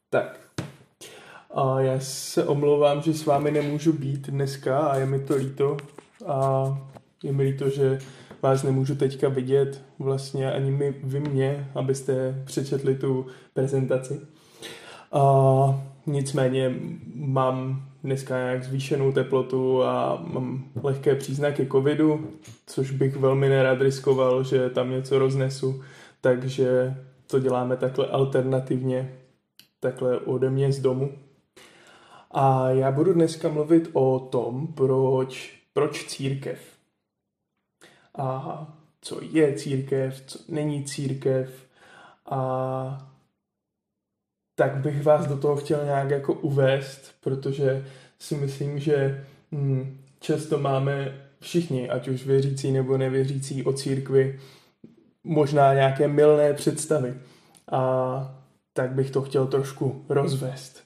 Tak, a já se omlouvám, že s vámi nemůžu být dneska a je mi to líto. A je mi líto, že vás nemůžu teďka vidět, vlastně ani vy mě, abyste přečetli tu prezentaci. A nicméně mám dneska nějak zvýšenou teplotu a mám lehké příznaky covidu, což bych velmi nerad riskoval, že tam něco roznesu, takže to děláme takhle alternativně, takhle ode mě z domu. A já budu dneska mluvit o tom, proč církev. A co je církev, co není církev. A tak bych vás do toho chtěl nějak jako uvést, protože si myslím, že často máme všichni, ať už věřící nebo nevěřící, o církvi možná nějaké mylné představy. A tak bych to chtěl trošku rozvést.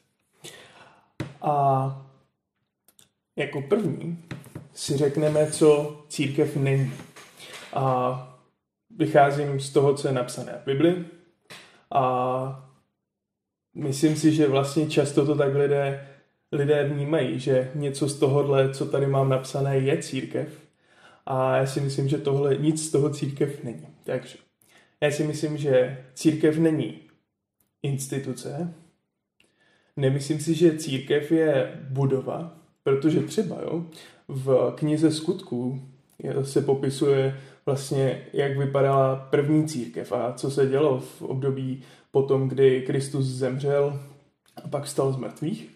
A jako první si řekneme, co církev není. A vycházím z toho, co je napsané v Bibli. A myslím si, že vlastně často to tak lidé vnímají, že něco z tohohle, co tady mám napsané, je církev. A já si myslím, že nic z toho církev není. Takže já si myslím, že církev není instituce. Nemyslím si, že církev je budova, protože třeba v knize Skutků se popisuje vlastně, jak vypadala první církev a co se dělo v období potom, kdy Kristus zemřel a pak vstal z mrtvých.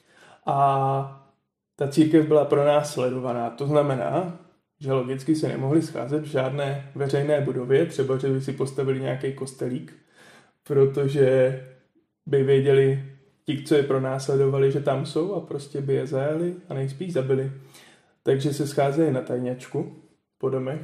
A ta církev byla pronásledovaná. To znamená, že logicky se nemohli scházet v žádné veřejné budově, třeba, že by si postavili nějaký kostelík, protože by věděli ti, co je pronásledovali, že tam jsou a prostě by je zajali a nejspíš zabili. Takže se scházeli na tajňačku po domech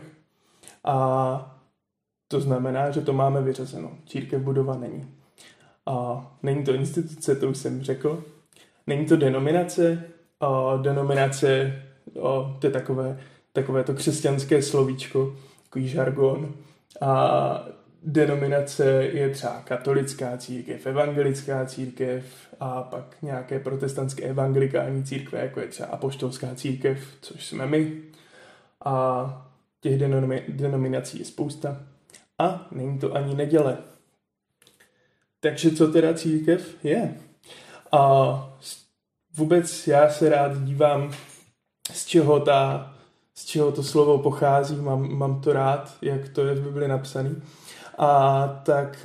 a to znamená, že to máme vyřazeno. Církev budova není. A není to instituce, to už jsem řekl. Není to denominace. Denominace, to je takové to křesťanské slovíčko, takový žargon. A denominace je třeba katolická církev, evangelická církev a pak nějaké protestantské evangelikální církve, jako je třeba apoštolská církev, což jsme my. A těch denominací je spousta. A není to ani neděle. Takže co teda církev je? A vůbec já se rád dívám, z čeho to slovo pochází, mám to rád, jak to je v Bibli napsaný. A tak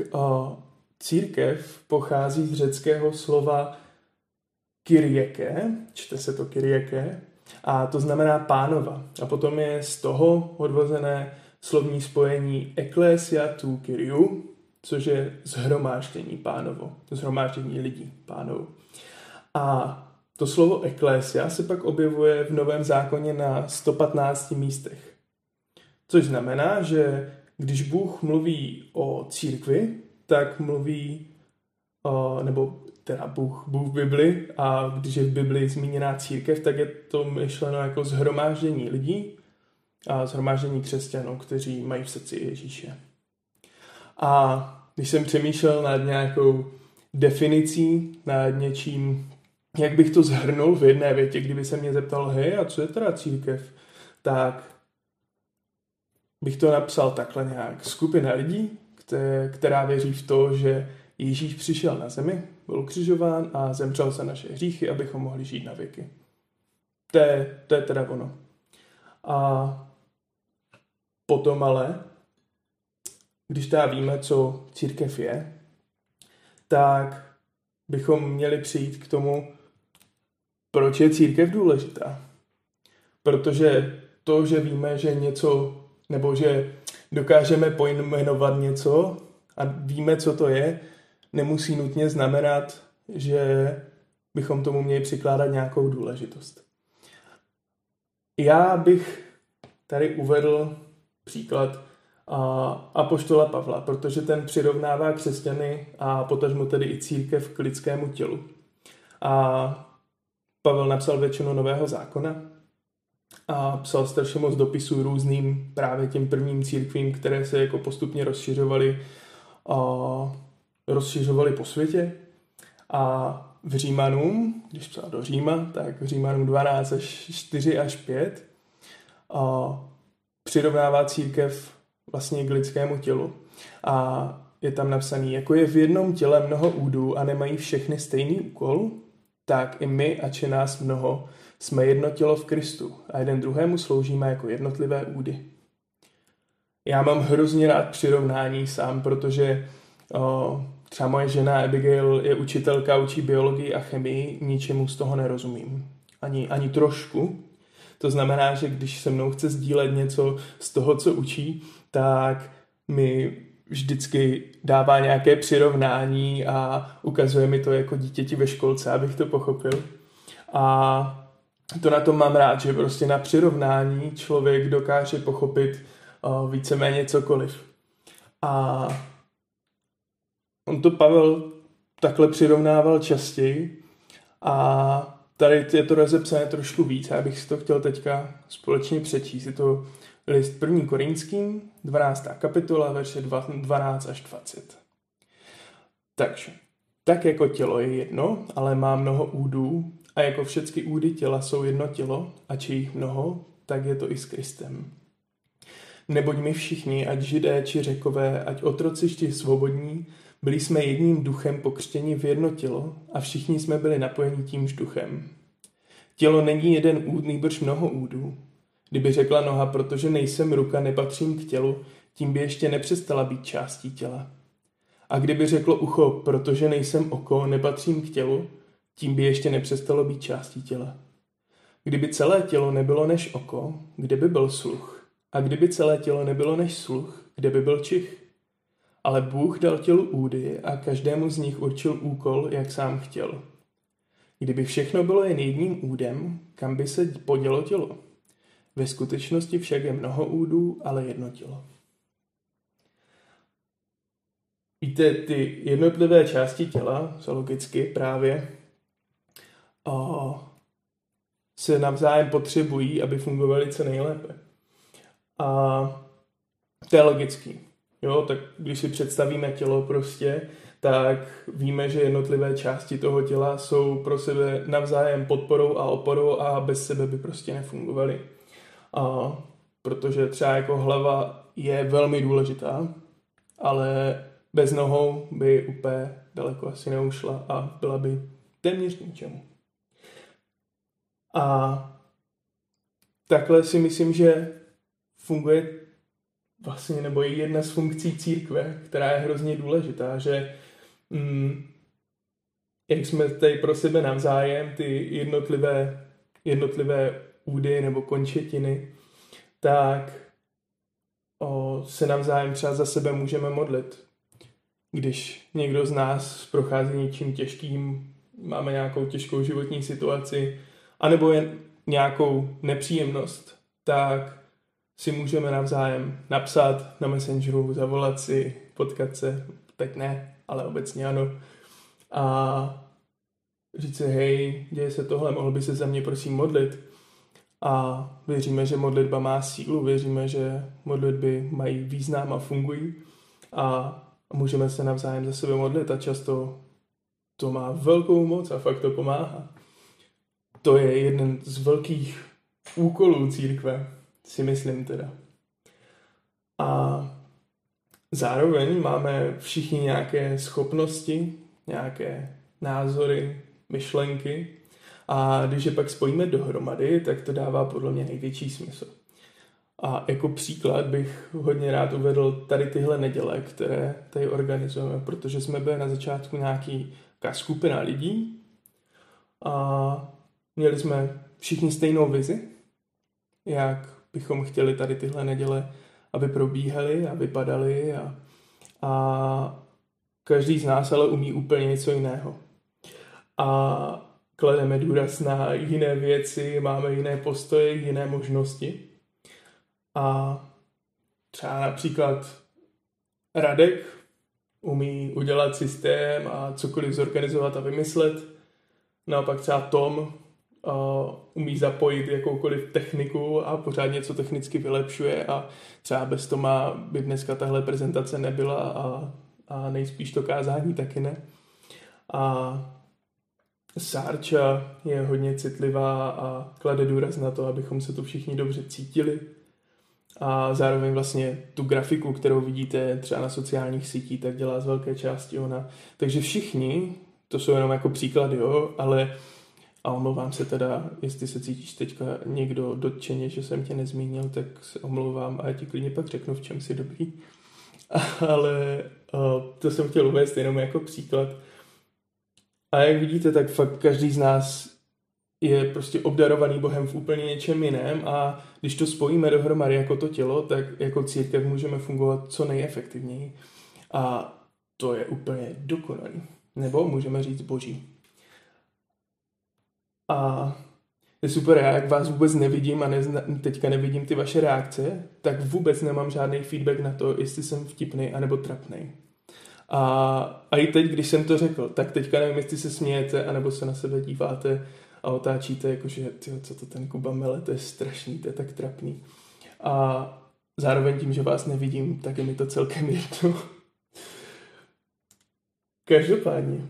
církev pochází z řeckého slova kyrieke, čte se to kyrieke, a to znamená pánova. A potom je z toho odvozené slovní spojení eklesia tu kyriu, což je shromáždění pánovo, shromáždění lidí pánovo. A to slovo eklesia se pak objevuje v Novém zákoně na 115 místech. Což znamená, že když Bůh mluví o církvi, tak mluví, nebo teda Bůh v Bibli, a když je v Bibli zmíněná církev, tak je to myšleno jako shromáždění lidí a shromáždění křesťanů, kteří mají v srdci Ježíše. A když jsem přemýšlel nad nějakou definicí, nad něčím, jak bych to shrnul v jedné větě, kdyby se mě zeptal, hej, a co je teda církev, tak bych to napsal takhle nějak. Skupina lidí, která věří v to, že Ježíš přišel na zemi, byl ukřižován a zemřel za naše hříchy, abychom mohli žít na věky. To je teda ono. A potom ale, když teda víme, co církev je, tak bychom měli přijít k tomu, proč je církev důležitá. Protože to, že víme, že něco, nebo že dokážeme pojmenovat něco a víme, co to je, nemusí nutně znamenat, že bychom tomu měli přikládat nějakou důležitost. Já bych tady uvedl příklad apoštola Pavla, protože ten přirovnává křesťany a potažmo tedy i církev k lidskému tělu. A Pavel napsal většinu Nového zákona a psal strašně moc dopisů různým právě těm prvním církvím, které se jako postupně rozšiřovaly po světě. A v Římanům, když psal do Říma, tak v Římanům 12 až 4 až 5 přirovnává církev vlastně k lidskému tělu. A je tam napsaný, jako je v jednom těle mnoho údů a nemají všechny stejný úkol, tak i my, ač je nás mnoho, jsme jedno tělo v Kristu a jeden druhému sloužíme jako jednotlivé údy. Já mám hrozně rád přirovnání sám, protože třeba moje žena Abigail je učitelka, učí biologii a chemii, ničemu z toho nerozumím. Ani trošku. To znamená, že když se mnou chce sdílet něco z toho, co učí, tak mi vždycky dává nějaké přirovnání a ukazuje mi to jako dítěti ve školce, abych to pochopil. A to na tom mám rád, že prostě na přirovnání člověk dokáže pochopit víceméně cokoliv. A on to Pavel takhle přirovnával častěji a tady je to rozepsané trošku víc. Já bych si to chtěl teďka společně přečíst. Je to list 1. Korinským, 12. kapitola, verše 12 až 20. Takže, tak jako tělo je jedno, ale má mnoho údů, a jako všechny údy těla jsou jedno tělo, ač je jich mnoho, tak je to i s Kristem. Neboť my všichni, ať Židé či Řekové, ať otroci či svobodní, byli jsme jedním duchem pokřtěni v jedno tělo a všichni jsme byli napojeni tímž duchem. Tělo není jeden úd, nýbrž mnoho údů. Kdyby řekla noha, protože nejsem ruka, nepatřím k tělu, tím by ještě nepřestala být částí těla. A kdyby řeklo ucho, protože nejsem oko, nepatřím k tělu, tím by ještě nepřestalo být částí těla. Kdyby celé tělo nebylo než oko, kde by byl sluch? A kdyby celé tělo nebylo než sluch, kde by byl čich? Ale Bůh dal tělu údy a každému z nich určil úkol, jak sám chtěl. Kdyby všechno bylo jen jedním údem, kam by se podělo tělo? Ve skutečnosti však je mnoho údů, ale jedno tělo. Víte, ty jednotlivé části těla, co logicky právě, se navzájem potřebují, aby fungovaly co nejlépe. A to je logický. Jo, tak když si představíme tělo prostě, tak víme, že jednotlivé části toho těla jsou pro sebe navzájem podporou a oporou a bez sebe by prostě nefungovaly. Protože třeba jako hlava je velmi důležitá, ale bez nohou by úplně daleko asi neušla a byla by téměř ničemu. A takhle si myslím, že funguje vlastně, nebo je jedna z funkcí církve, která je hrozně důležitá, že jak jsme tady pro sebe navzájem, ty jednotlivé údy nebo končetiny, tak se navzájem třeba za sebe můžeme modlit. Když někdo z nás prochází něčím těžkým, máme nějakou těžkou životní situaci, anebo jen nějakou nepříjemnost, tak si můžeme navzájem napsat na Messengeru, zavolat si, potkat se, teď ne, ale obecně ano. A říct si, hej, děje se tohle, mohl by se za mě prosím modlit. A věříme, že modlitba má sílu, věříme, že modlitby mají význam a fungují. A můžeme se navzájem za sebe modlit a často to má velkou moc a fakt to pomáhá. To je jeden z velkých úkolů církve, si myslím teda. A zároveň máme všichni nějaké schopnosti, nějaké názory, myšlenky a když je pak spojíme dohromady, tak to dává podle mě největší smysl. A jako příklad bych hodně rád uvedl tady tyhle neděle, které tady organizujeme, protože jsme byli na začátku nějaká skupina lidí a měli jsme všichni stejnou vizi, jak bychom chtěli tady tyhle neděle, aby probíhaly a vypadaly a každý z nás ale umí úplně něco jiného. A klademe důraz na jiné věci, máme jiné postoje, jiné možnosti. A třeba například Radek umí udělat systém a cokoliv zorganizovat a vymyslet. Naopak třeba Tom umí zapojit jakoukoliv techniku a pořád něco technicky vylepšuje a třeba bez Toma by dneska tahle prezentace nebyla a nejspíš to kázání taky ne. A Sárča je hodně citlivá a klade důraz na to, abychom se tu všichni dobře cítili. A zároveň vlastně tu grafiku, kterou vidíte třeba na sociálních sítích, tak dělá z velké části ona. Takže všichni, to jsou jenom jako příklady, jo, ale a omlouvám se teda, jestli se cítíš teďka někdo dotčeně, že jsem tě nezmínil, tak se omlouvám a já ti klidně pak řeknu, v čem jsi dobrý. Ale to jsem chtěl uvést jenom jako příklad. A jak vidíte, tak fakt každý z nás je prostě obdarovaný Bohem v úplně něčem jiném a když to spojíme dohromady jako to tělo, tak jako církev můžeme fungovat co nejefektivněji. A to je úplně dokonalý. Nebo můžeme říct boží. A je super, já jak vás vůbec nevidím a teďka nevidím ty vaše reakce, tak vůbec nemám žádný feedback na to, jestli jsem vtipný anebo trapný. A i teď, když jsem to řekl, tak teďka nevím, jestli se smějete, anebo se na sebe díváte a otáčíte, jakože, tyjo, co to ten Kuba mele, to je strašný, to je tak trapný. A zároveň tím, že vás nevidím, tak je mi to celkem jedno. Každopádně.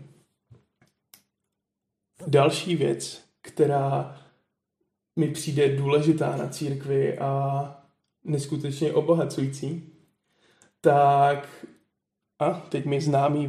Další věc, která mi přijde důležitá na církvi a neskutečně obohacující, tak a teď mi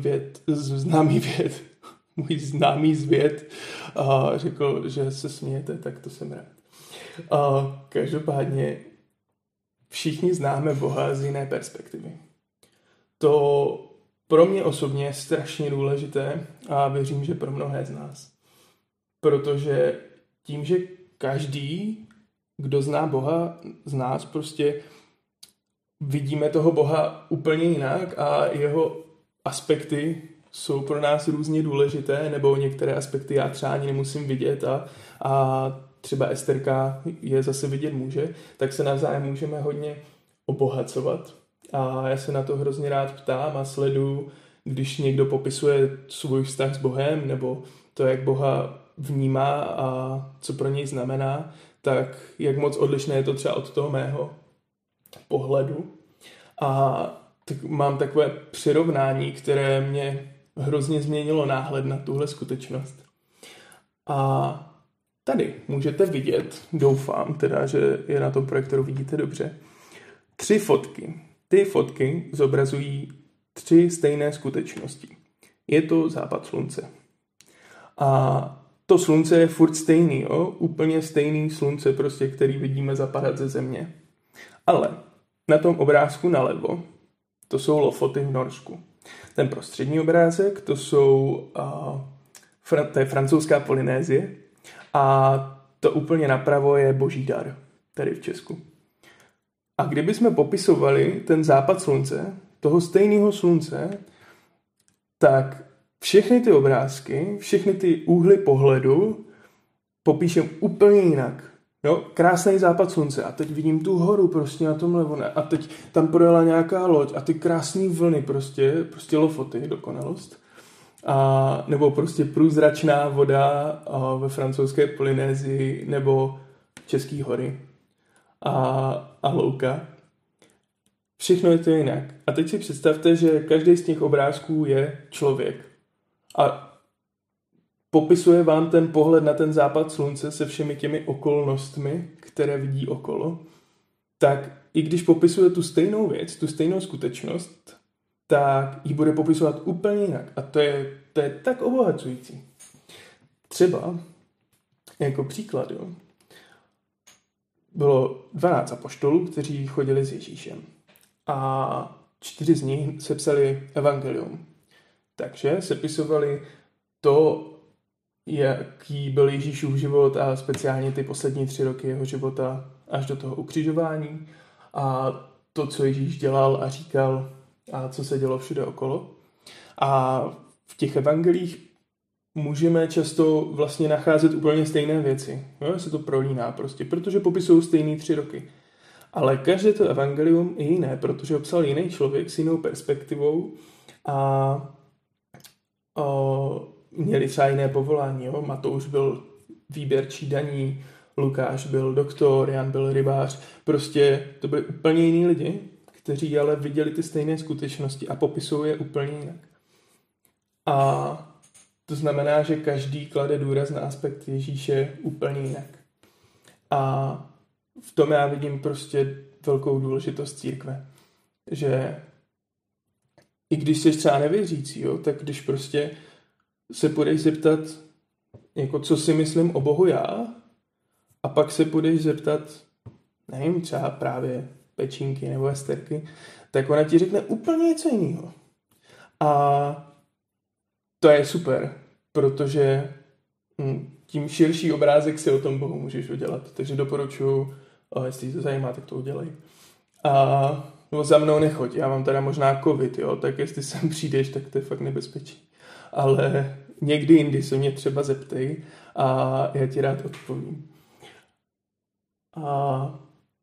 můj známý zvěd řekl, že se smějete, tak to jsem rád. Každopádně všichni známe Boha z jiné perspektivy. To pro mě osobně je strašně důležité a věřím, že pro mnohé z nás. Protože tím, že každý, kdo zná Boha z nás, prostě vidíme toho Boha úplně jinak a jeho aspekty jsou pro nás různě důležité, nebo některé aspekty já třeba ani nemusím vidět a třeba Esterka je zase vidět může, tak se navzájem můžeme hodně obohacovat. A já se na to hrozně rád ptám a sleduju, když někdo popisuje svůj vztah s Bohem, nebo to, jak Boha vnímá a co pro něj znamená, tak jak moc odlišné je to třeba od toho mého pohledu. A tak mám takové přirovnání, které mě hrozně změnilo náhled na tuhle skutečnost. A tady můžete vidět, doufám teda, že je na tom projektoru vidíte dobře, 3 fotky. Ty fotky zobrazují 3 stejné skutečnosti. Je to západ slunce. A to slunce je furt stejný, jo? Úplně stejný slunce, prostě, který vidíme zapadat ze země. Ale na tom obrázku nalevo, to jsou Lofoty v Norsku. Ten prostřední obrázek, to je francouzská Polynésie a to úplně napravo je Boží dar, tady v Česku. A kdybychom popisovali ten západ slunce, toho stejného slunce, tak všechny ty obrázky, všechny ty úhly pohledu popíšem úplně jinak. Jo, krásný západ slunce a teď vidím tu horu prostě na tom levo a teď tam projela nějaká loď a ty krásné vlny prostě Lofoty, dokonalost. A, nebo prostě průzračná voda ve francouzské Polynésii nebo České hory a louka. Všechno je to jinak. A teď si představte, že každý z těch obrázků je člověk. A popisuje vám ten pohled na ten západ slunce se všemi těmi okolnostmi, které vidí okolo, tak i když popisuje tu stejnou věc, tu stejnou skutečnost, tak ji bude popisovat úplně jinak. A to je tak obohacující. Třeba, jako příklad, jo, bylo 12 apoštolů, kteří chodili s Ježíšem. A 4 z nich sepsali evangelium. Takže sepisovali to, jaký byl Ježíšův život a speciálně ty poslední 3 roky jeho života až do toho ukřižování a to, co Ježíš dělal a říkal a co se dělo všude okolo. A v těch evangelích můžeme často vlastně nacházet úplně stejné věci. Jo, se to prolíná prostě, protože popisují stejný 3 roky. Ale každé to evangelium je jiné, protože obsal jiný člověk s jinou perspektivou a měli třeba jiné povolání. Jo? Matouš byl výběrčí daní, Lukáš byl doktor, Jan byl rybář. Prostě to byli úplně jiní lidi, kteří ale viděli ty stejné skutečnosti a popisují je úplně jinak. A To znamená, že každý klade důraz na aspekt Ježíše úplně jinak. A v tom já vidím prostě velkou důležitost církve. Že i když jsi třeba nevěřící, jo, tak když prostě se půjdeš zeptat, jako co si myslím o Bohu já, a pak se půjdeš zeptat, nevím, třeba právě Pečínky nebo Esterky, tak ona ti řekne úplně něco jiného. A to je super, protože tím širší obrázek si o tom Bohu můžeš udělat. Takže doporučuji, jestli to zajímá, tak to udělej. A no, za mnou nechoď, já mám teda možná covid, jo, tak jestli sem přijdeš, tak to je fakt nebezpečí. Ale někdy jindy se mě třeba zeptej a já ti rád odpovím. A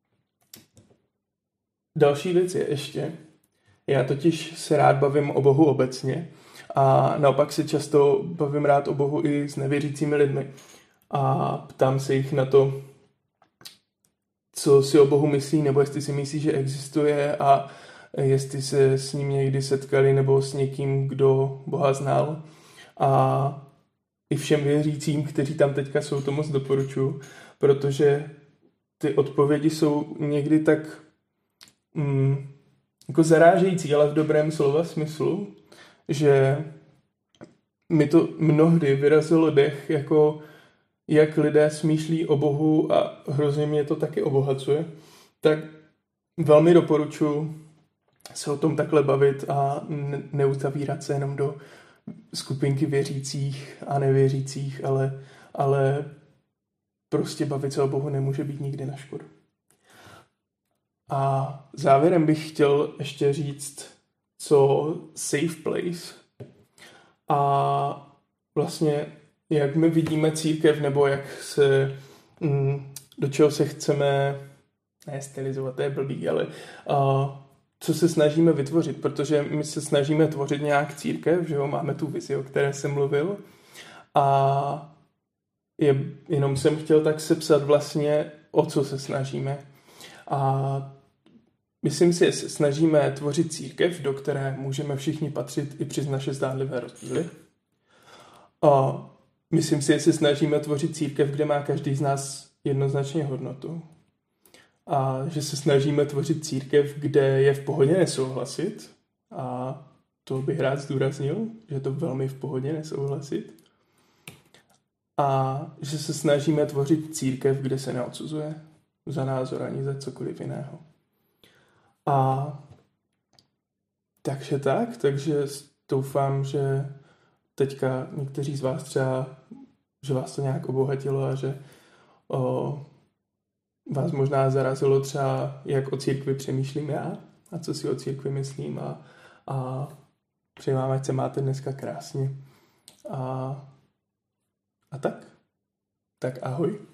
další věc je ještě, já totiž se rád bavím o Bohu obecně a naopak se často bavím rád o Bohu i s nevěřícími lidmi. A ptám se jich na to, co si o Bohu myslí, nebo jestli si myslí, že existuje a jestli se s ním někdy setkali nebo s někým, kdo Boha znal. A i všem věřícím, kteří tam teďka jsou, to moc doporučuji, protože ty odpovědi jsou někdy tak jako zarážející, ale v dobrém slova smyslu, že mi to mnohdy vyrazilo dech, jako jak lidé smýšlí o Bohu a hrozně mě to taky obohacuje, tak velmi doporučuji se o tom takhle bavit a neuzavírat se jenom do skupinky věřících a nevěřících, ale prostě bavit se o Bohu nemůže být nikdy na škodu. A závěrem bych chtěl ještě říct, co safe place a vlastně jak my vidíme církev, nebo jak se, do čeho se chceme, ne stylizovat, to je blbý, ale co se snažíme vytvořit, protože my se snažíme tvořit nějak církev, že jo, máme tu vizi, o které jsem mluvil a jenom jsem chtěl tak sepsat vlastně, o co se snažíme. A myslím si, že se snažíme tvořit církev, do které můžeme všichni patřit i přes naše zdánlivé rozdíly. A myslím si, že se snažíme tvořit církev, kde má každý z nás jednoznačně hodnotu. A že se snažíme tvořit církev, kde je v pohodě nesouhlasit. A to bych rád zdůraznil, že je to velmi v pohodě nesouhlasit. A že se snažíme tvořit církev, kde se neodsuzuje za názor ani za cokoliv jiného. A takže doufám, že teďka někteří z vás třeba, že vás to nějak obohatilo a že vás možná zarazilo třeba, jak o církvi přemýšlím já a co si o církvi myslím a přeji vám, ať se máte dneska krásně. A tak ahoj.